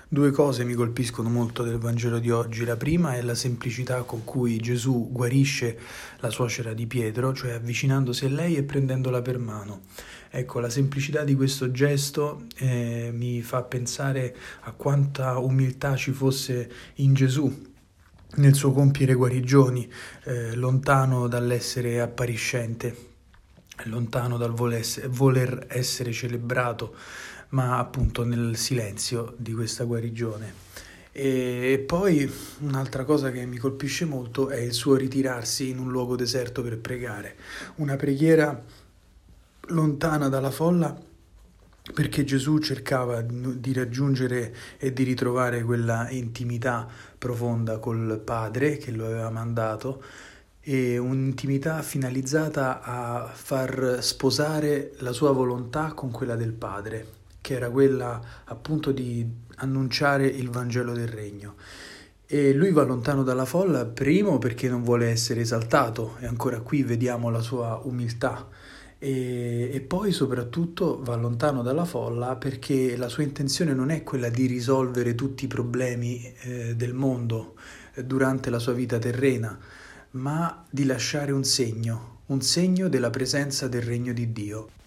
Due cose mi colpiscono molto del Vangelo di oggi. La prima è la semplicità con cui Gesù guarisce la suocera di Pietro, cioè avvicinandosi a lei e prendendola per mano. Ecco, la semplicità di questo gesto mi fa pensare a quanta umiltà ci fosse in Gesù nel suo compiere guarigioni, lontano dall'essere appariscente, lontano dal voler essere celebrato, ma appunto nel silenzio di questa guarigione. E poi un'altra cosa che mi colpisce molto è il suo ritirarsi in un luogo deserto per pregare, una preghiera lontana dalla folla perché Gesù cercava di raggiungere e di ritrovare quella intimità profonda col Padre che lo aveva mandato e un'intimità finalizzata a far sposare la sua volontà con quella del Padre, che era quella appunto di annunciare il Vangelo del Regno. E lui va lontano dalla folla, primo perché non vuole essere esaltato, e ancora qui vediamo la sua umiltà, e poi soprattutto va lontano dalla folla perché la sua intenzione non è quella di risolvere tutti i problemi del mondo durante la sua vita terrena, ma di lasciare un segno della presenza del regno di Dio.